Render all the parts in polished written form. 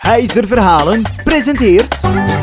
Verhalen presenteert...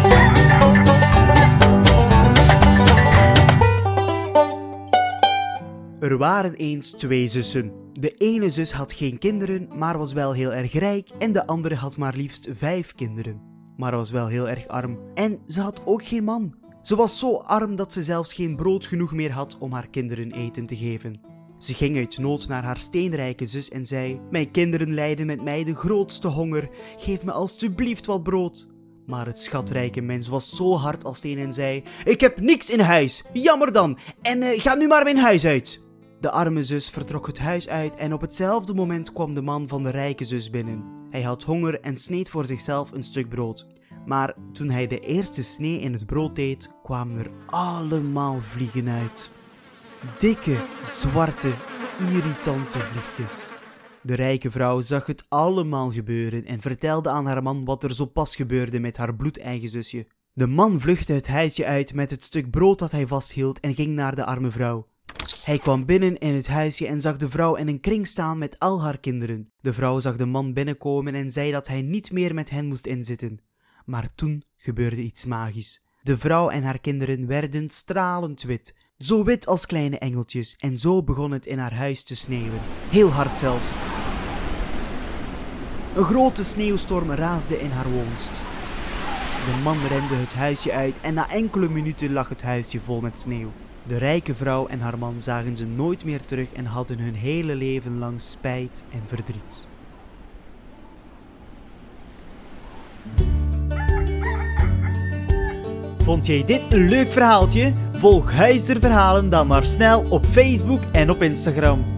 Er waren eens twee zussen. De ene zus had geen kinderen, maar was wel heel erg rijk, en de andere had maar liefst 5 kinderen. Maar was wel heel erg arm, en ze had ook geen man. Ze was zo arm dat ze zelfs geen brood genoeg meer had om haar kinderen eten te geven. Ze ging uit nood naar haar steenrijke zus en zei: "Mijn kinderen lijden met mij de grootste honger, geef me alstublieft wat brood." Maar het schatrijke mens was zo hard als steen en zei: "Ik heb niks in huis, jammer dan, en ga nu maar mijn huis uit." De arme zus vertrok het huis uit en op hetzelfde moment kwam de man van de rijke zus binnen. Hij had honger en sneed voor zichzelf een stuk brood. Maar toen hij de eerste snee in het brood deed, kwamen er allemaal vliegen uit. Dikke, zwarte, irritante vliegjes. De rijke vrouw zag het allemaal gebeuren en vertelde aan haar man wat er zo pas gebeurde met haar bloedeigen zusje. De man vluchtte het huisje uit met het stuk brood dat hij vasthield en ging naar de arme vrouw. Hij kwam binnen in het huisje en zag de vrouw in een kring staan met al haar kinderen. De vrouw zag de man binnenkomen en zei dat hij niet meer met hen moest inzitten. Maar toen gebeurde iets magisch. De vrouw en haar kinderen werden stralend wit. Zo wit als kleine engeltjes, en zo begon het in haar huis te sneeuwen. Heel hard zelfs. Een grote sneeuwstorm raasde in haar woonst. De man rende het huisje uit en na enkele minuten lag het huisje vol met sneeuw. De rijke vrouw en haar man zagen ze nooit meer terug en hadden hun hele leven lang spijt en verdriet. Vond jij dit een leuk verhaaltje? Volg Verhalen dan maar snel op Facebook en op Instagram.